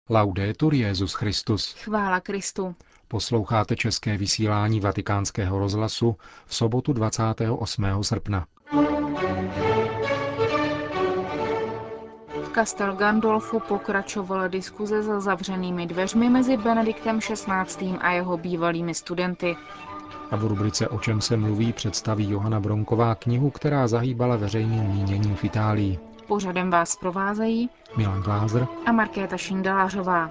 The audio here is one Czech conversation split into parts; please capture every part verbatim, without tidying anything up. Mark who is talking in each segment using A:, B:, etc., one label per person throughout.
A: Laudetur Jesus Christus.
B: Chvála Kristu.
A: Posloucháte české vysílání Vatikánského rozhlasu v sobotu dvacátého osmého srpna.
B: V Castel Gandolfu pokračovala diskuze za zavřenými dveřmi mezi Benediktem šestnáctým a jeho bývalými studenty.
A: A v rubrice O čem se mluví představí Johana Bronková knihu, která zahýbala veřejným míněním v Itálii.
B: Pořadem vás provázejí
A: Milan Glázer
B: a Markéta Šindelářová.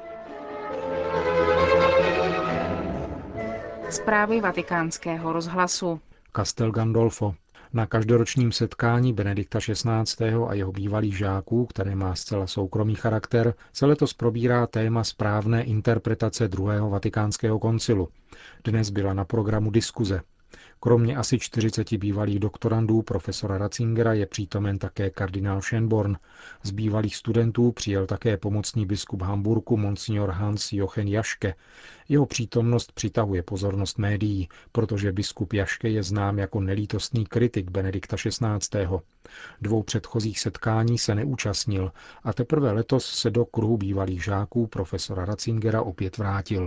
B: Zprávy Vatikánského rozhlasu.
A: Castel Gandolfo. Na každoročním setkání Benedikta šestnáctého a jeho bývalých žáků, které má zcela soukromý charakter, se letos probírá téma správné interpretace druhého vatikánského koncilu. Dnes byla na programu diskuze. Kromě asi čtyřiceti bývalých doktorandů profesora Ratzingera je přítomen také kardinál Schönborn. Z bývalých studentů přijel také pomocný biskup Hamburku monsignor Hans Jochen Jaške. Jeho přítomnost přitahuje pozornost médií, protože biskup Jaške je znám jako nelítostný kritik Benedikta šestnáctého. Dvou předchozích setkání se neúčastnil a teprve letos se do kruhu bývalých žáků profesora Ratzingera opět vrátil.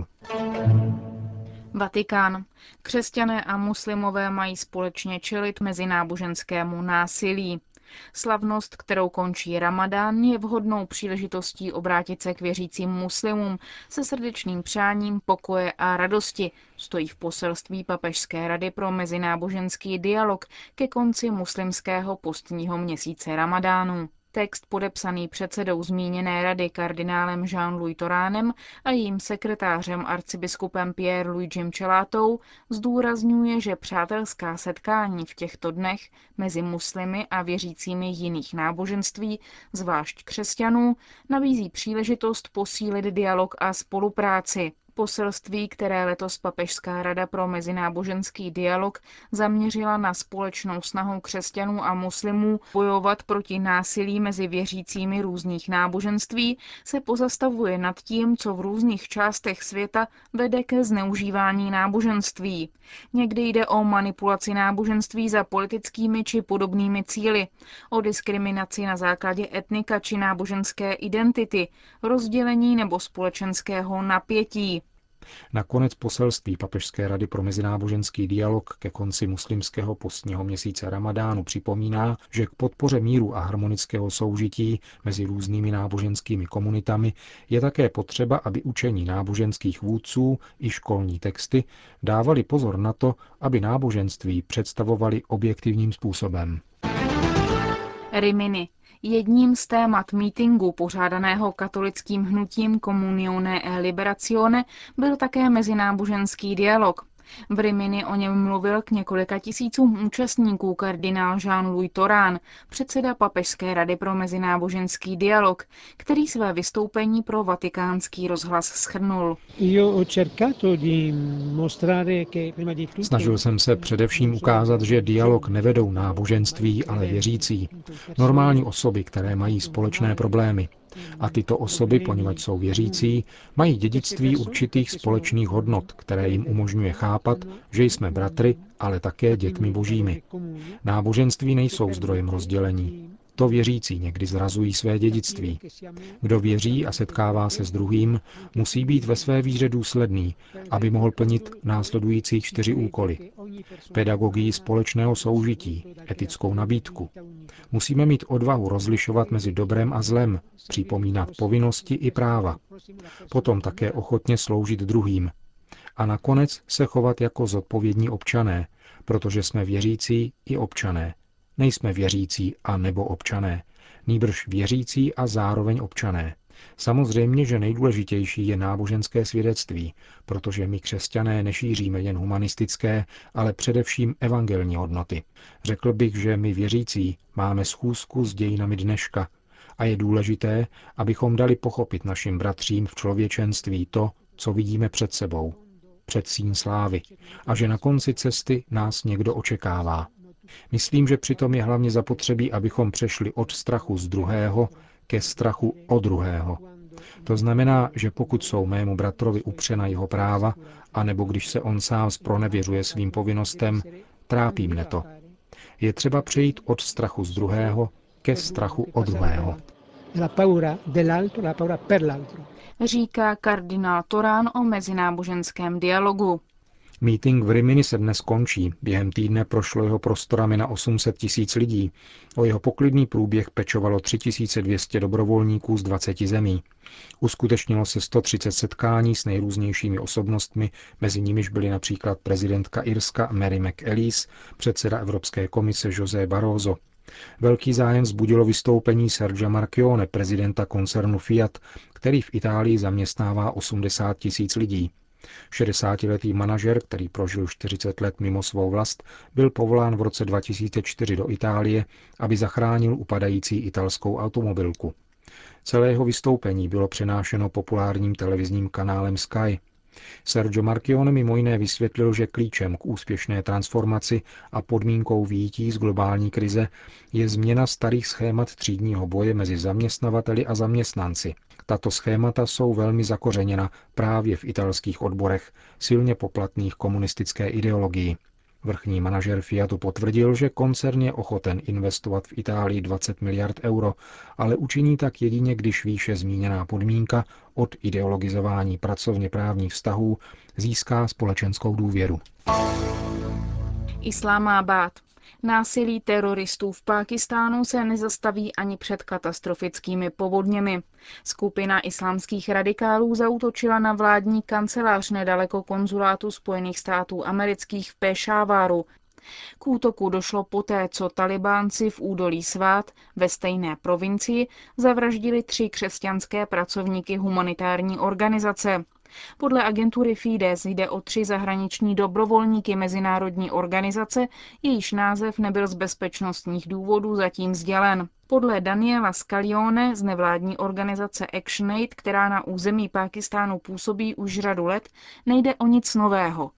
B: Vatikán. Křesťané a muslimové mají společně čelit mezináboženskému násilí. Slavnost, kterou končí Ramadán, je vhodnou příležitostí obrátit se k věřícím muslimům se srdečným přáním pokoje a radosti, stojí v poselství Papežské rady pro mezináboženský dialog ke konci muslimského postního měsíce Ramadánu. Text podepsaný předsedou zmíněné rady kardinálem Jean-Louis Toránem a jejím sekretářem arcibiskupem Pierre-Luigim Cellatou zdůrazňuje, že přátelská setkání v těchto dnech mezi muslimy a věřícími jiných náboženství, zvlášť křesťanů, nabízí příležitost posílit dialog a spolupráci. Poselství, které letos Papežská rada pro mezináboženský dialog zaměřila na společnou snahu křesťanů a muslimů bojovat proti násilí mezi věřícími různých náboženství, se pozastavuje nad tím, co v různých částech světa vede ke zneužívání náboženství. Někdy jde o manipulaci náboženství za politickými či podobnými cíli, o diskriminaci na základě etnika či náboženské identity, rozdělení nebo společenského napětí.
A: Nakonec poselství Papežské rady pro mezináboženský dialog ke konci muslimského postního měsíce Ramadánu připomíná, že k podpoře míru a harmonického soužití mezi různými náboženskými komunitami je také potřeba, aby učení náboženských vůdců i školní texty dávali pozor na to, aby náboženství představovali objektivním způsobem.
B: Rimini. Jedním z témat mítingu pořádaného katolickým hnutím Comunione e Liberazione byl také mezináboženský dialog. V Rimini o něm mluvil k několika tisícům účastníků kardinál Jean-Louis Torán, předseda Papežské rady pro mezináboženský dialog, který své vystoupení pro Vatikánský rozhlas shrnul.
A: Snažil jsem se především ukázat, že dialog nevedou náboženství, ale věřící. Normální osoby, které mají společné problémy. A tyto osoby, poněvadž jsou věřící, mají dědictví určitých společných hodnot, které jim umožňuje chápat, že jsme bratry, ale také dětmi božími. Náboženství nejsou zdrojem rozdělení. To věřící někdy zrazují své dědictví. Kdo věří a setkává se s druhým, musí být ve své víře důsledný, aby mohl plnit následující čtyři úkoly. Pedagogii společného soužití, etickou nabídku. Musíme mít odvahu rozlišovat mezi dobrem a zlem, připomínat povinnosti i práva. Potom také ochotně sloužit druhým. A nakonec se chovat jako zodpovědní občané, protože jsme věřící i občané. Nejsme věřící a nebo občané, nýbrž věřící a zároveň občané. Samozřejmě, že nejdůležitější je náboženské svědectví, protože my křesťané nešíříme jen humanistické, ale především evangelní hodnoty. Řekl bych, že my věřící máme schůzku s dějinami dneška a je důležité, abychom dali pochopit našim bratřím v člověčenství to, co vidíme před sebou, předstín slávy, a že na konci cesty nás někdo očekává. Myslím, že přitom je hlavně zapotřebí, abychom přešli od strachu z druhého ke strachu o druhého. To znamená, že pokud jsou mému bratrovi upřena jeho práva, anebo když se on sám zpronevěřuje svým povinnostem, trápí mne to. Je třeba přejít od strachu z druhého ke strachu o druhého.
B: Říká kardinál Torán o mezináboženském dialogu.
A: Mítink v Rimini se dnes končí. Během týdne prošlo jeho prostorami na osm set tisíc lidí. O jeho poklidný průběh pečovalo tři tisíce dvě stě dobrovolníků z dvaceti zemí. Uskutečnilo se sto třicet setkání s nejrůznějšími osobnostmi, mezi nimiž byly například prezidentka Irska Mary McAleese, předseda Evropské komise José Barroso. Velký zájem vzbudilo vystoupení Sergia Marchione, prezidenta koncernu Fiat, který v Itálii zaměstnává osmdesát tisíc lidí. šedesátiletý manažer, který prožil čtyřicet let mimo svou vlast, byl povolán v roce dva tisíce čtyři do Itálie, aby zachránil upadající italskou automobilku. Celé jeho vystoupení bylo přenášeno populárním televizním kanálem Sky. Sergio Marchione mimo jiné vysvětlil, že klíčem k úspěšné transformaci a podmínkou vyjití z globální krize je změna starých schémat třídního boje mezi zaměstnavateli a zaměstnanci. Tato schémata jsou velmi zakořeněna právě v italských odborech, silně poplatných komunistické ideologii. Vrchní manažer Fiatu potvrdil, že koncern je ochoten investovat v Itálii dvacet miliard euro, ale učiní tak jedině, když výše zmíněná podmínka od ideologizování pracovně právních vztahů získá společenskou důvěru.
B: Islámábád. Násilí teroristů v Pákistánu se nezastaví ani před katastrofickými povodněmi. Skupina islámských radikálů zaútočila na vládní kancelář nedaleko konzulátu Spojených států amerických v Pešáváru. K útoku došlo poté, co Talibánci v údolí Svát ve stejné provincii zavraždili tři křesťanské pracovníky humanitární organizace. Podle agentury Fides jde o tři zahraniční dobrovolníky mezinárodní organizace, jejíž název nebyl z bezpečnostních důvodů zatím sdělen. Podle Daniela Scaglione z nevládní organizace ActionAid, která na území Pákistánu působí už řadu let, nejde o nic nového.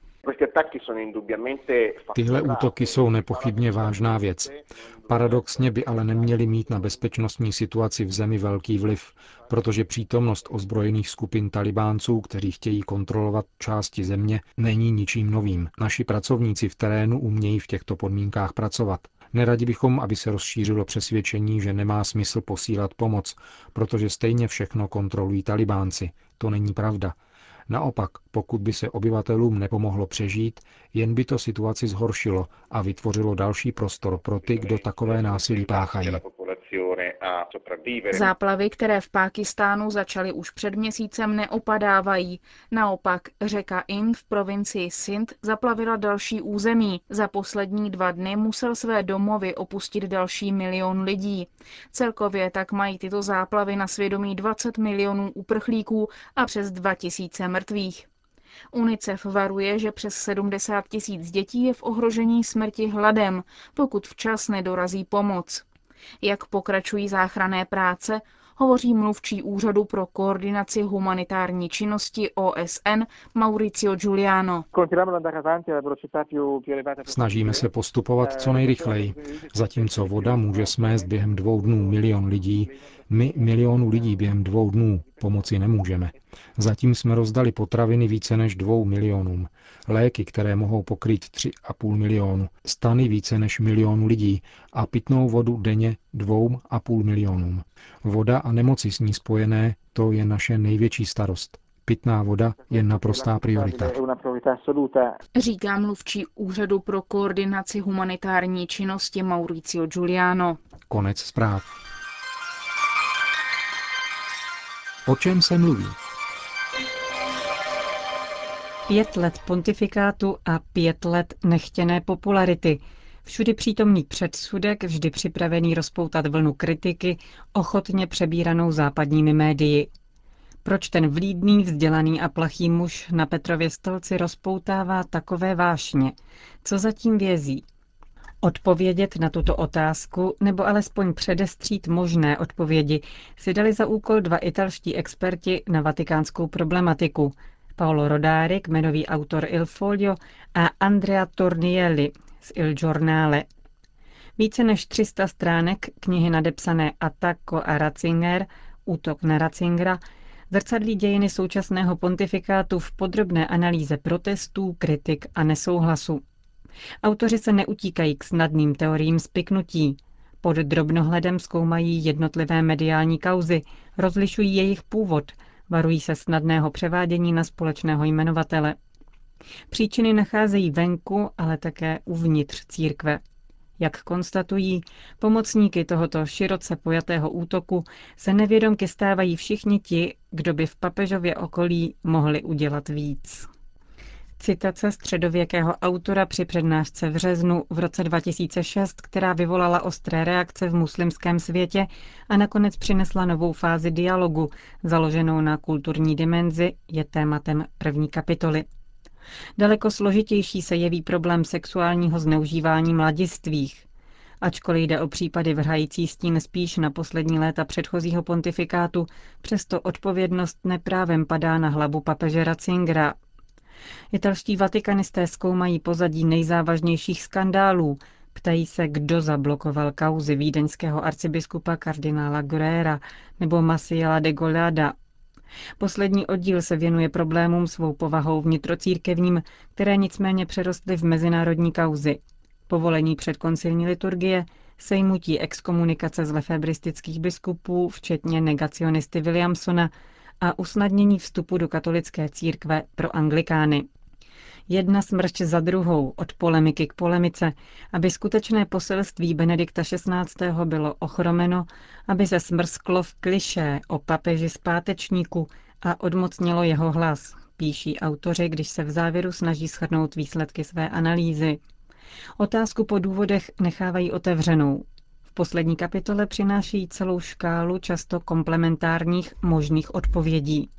A: Tyhle útoky jsou nepochybně vážná věc. Paradoxně by ale neměly mít na bezpečnostní situaci v zemi velký vliv, protože přítomnost ozbrojených skupin Talibánců, kteří chtějí kontrolovat části země, není ničím novým. Naši pracovníci v terénu umějí v těchto podmínkách pracovat. Neradi bychom, aby se rozšířilo přesvědčení, že nemá smysl posílat pomoc, protože stejně všechno kontrolují Talibánci. To není pravda. Naopak, pokud by se obyvatelům nepomohlo přežít, jen by to situaci zhoršilo a vytvořilo další prostor pro ty, kdo takové násilí páchají.
B: Záplavy, které v Pákistánu začaly už před měsícem, neopadávají. Naopak řeka Ind v provincii Sindh zaplavila další území. Za poslední dva dny musel své domovy opustit další milion lidí. Celkově tak mají tyto záplavy na svědomí dvacet milionů uprchlíků a přes dva tisíce mrtvých. UNICEF varuje, že přes sedmdesát tisíc dětí je v ohrožení smrti hladem, pokud včas nedorazí pomoc. Jak pokračují záchranné práce, hovoří mluvčí Úřadu pro koordinaci humanitární činnosti O S N Mauricio Giuliano.
A: Snažíme se postupovat co nejrychleji. Zatímco voda může smést během dvou dnů milion lidí, my milionu lidí během dvou dnů pomoci nemůžeme. Zatím jsme rozdali potraviny více než dvou milionům, léky, které mohou pokrýt tři a půl milionu, stany více než milionu lidí a pitnou vodu denně dvou a půl milionům. Voda a nemoci s ní spojené, to je naše největší starost. Pitná voda je naprostá priorita.
B: Říká mluvčí Úřadu pro koordinaci humanitární činnosti Mauricio Giuliano.
A: Konec zpráv. O čem se mluví?
C: Pět let pontifikátu a pět let nechtěné popularity. Všudy přítomný předsudek, vždy připravený rozpoutat vlnu kritiky, ochotně přebíranou západními médii. Proč ten vlídný, vzdělaný a plachý muž na Petrově stolci rozpoutává takové vášně? Co zatím vězí? Odpovědět na tuto otázku, nebo alespoň předestřít možné odpovědi, si dali za úkol dva italští experti na vatikánskou problematiku. Paolo Rodari, kmenový autor Il Foglio, a Andrea Tornielli z Il Giornale. Více než tři sta stránek knihy nadepsané Attacco a Ratzinger, útok na Ratzingera, zrcadlí dějiny současného pontifikátu v podrobné analýze protestů, kritik a nesouhlasu. Autoři se neutíkají k snadným teoriím spiknutí. Pod drobnohledem zkoumají jednotlivé mediální kauzy, rozlišují jejich původ, varují se snadného převádění na společného jmenovatele. Příčiny nacházejí venku, ale také uvnitř církve. Jak konstatují, pomocníky tohoto široce pojatého útoku se nevědomky stávají všichni ti, kdo by v papežově okolí mohli udělat víc. Citace středověkého autora při přednášce v Řeznu v roce dva tisíce šest, která vyvolala ostré reakce v muslimském světě a nakonec přinesla novou fázi dialogu, založenou na kulturní dimenzi, je tématem první kapitoly. Daleko složitější se jeví problém sexuálního zneužívání mladistvých. Ačkoliv jde o případy vrhající stín spíš na poslední léta předchozího pontifikátu, přesto odpovědnost neprávem padá na hlavu papeže Ratzingera. Italští vatikanisté zkoumají pozadí nejzávažnějších skandálů, ptají se, kdo zablokoval kauzy vídeňského arcibiskupa kardinála Guerrera nebo Maciela de Golada. Poslední oddíl se věnuje problémům svou povahou vnitrocírkevním, které nicméně přerostly v mezinárodní kauzy. Povolení předkoncilní liturgie, sejmutí exkomunikace z lefebristických biskupů, včetně negacionisty Williamsona, a usnadnění vstupu do katolické církve pro anglikány. Jedna smršť za druhou, od polemiky k polemice, aby skutečné poselství Benedikta šestnáctého bylo ochromeno, aby se smrsklo v klišé o papeži zpátečníku a odmocnilo jeho hlas, píší autoři, když se v závěru snaží shrnout výsledky své analýzy. Otázku po důvodech nechávají otevřenou. V poslední kapitole přináší celou škálu často komplementárních možných odpovědí.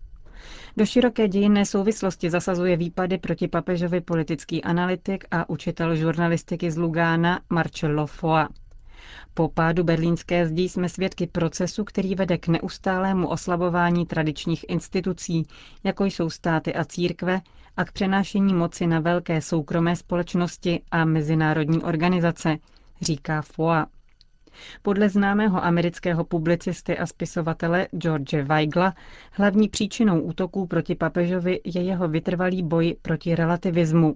C: Do široké dějinné souvislosti zasazuje výpady proti papežovi politický analytik a učitel žurnalistiky z Lugána Marcello Foa. Po pádu berlínské zdi jsme svědky procesu, který vede k neustálému oslabování tradičních institucí, jako jsou státy a církve, a k přenášení moci na velké soukromé společnosti a mezinárodní organizace, říká Foa. Podle známého amerického publicisty a spisovatele George Weigla hlavní příčinou útoků proti papežovi je jeho vytrvalý boj proti relativismu.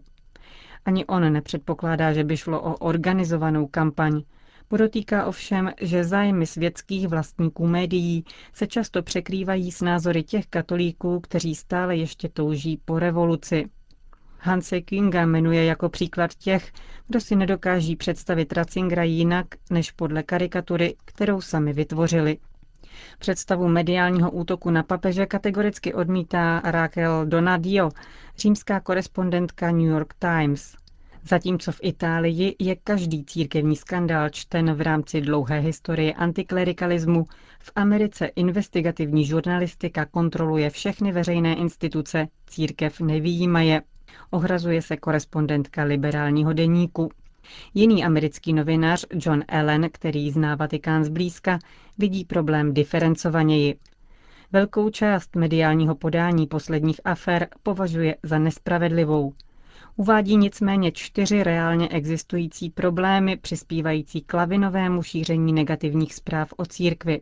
C: Ani on nepředpokládá, že by šlo o organizovanou kampaň. Podotýká ovšem, že zájmy světských vlastníků médií se často překrývají s názory těch katolíků, kteří stále ještě touží po revoluci. Hanse Künga jmenuje jako příklad těch, kdo si nedokáží představit Ratzingera jinak, než podle karikatury, kterou sami vytvořili. Představu mediálního útoku na papeže kategoricky odmítá Raquel Donadio, římská korespondentka New York Times. Zatímco v Itálii je každý církevní skandál čten v rámci dlouhé historie antiklerikalismu, v Americe investigativní žurnalistika kontroluje všechny veřejné instituce, církev nevyjímaje. Ohrazuje se korespondentka liberálního deníku. Jiný americký novinář John Allen, který zná Vatikán zblízka, vidí problém diferencovaněji. Velkou část mediálního podání posledních afér považuje za nespravedlivou. Uvádí nicméně čtyři reálně existující problémy přispívající k lavinovému šíření negativních zpráv o církvi.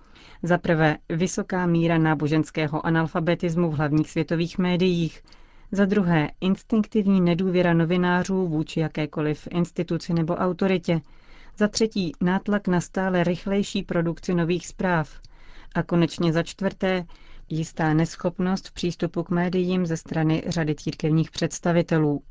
C: Za prvé, vysoká míra náboženského analfabetismu v hlavních světových médiích. Za druhé, instinktivní nedůvěra novinářů vůči jakékoliv instituci nebo autoritě. Za třetí, nátlak na stále rychlejší produkci nových zpráv. A konečně za čtvrté, jistá neschopnost v přístupu k médiím ze strany řady církevních představitelů.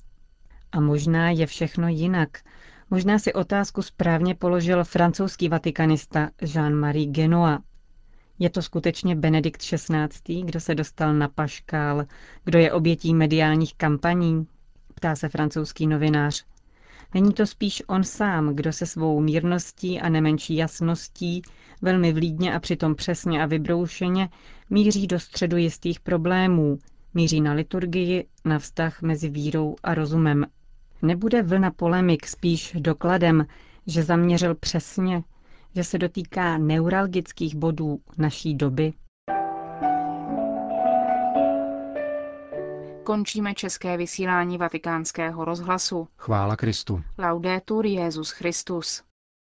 C: A možná je všechno jinak. Možná si otázku správně položil francouzský vatikanista Jean-Marie Genoa. Je to skutečně Benedikt šestnáctý, kdo se dostal na paškál, kdo je obětí mediálních kampaní? Ptá se francouzský novinář. Není to spíš on sám, kdo se svou mírností a nemenší jasností, velmi vlídně a přitom přesně a vybroušeně, míří do středu jistých problémů, míří na liturgii, na vztah mezi vírou a rozumem. Nebude vlna polemik spíš dokladem, že zaměřil přesně, že se dotýká neuralgických bodů naší doby?
B: Končíme české vysílání Vatikánského rozhlasu.
A: Chvála Kristu.
B: Laudetur Jesus Christus.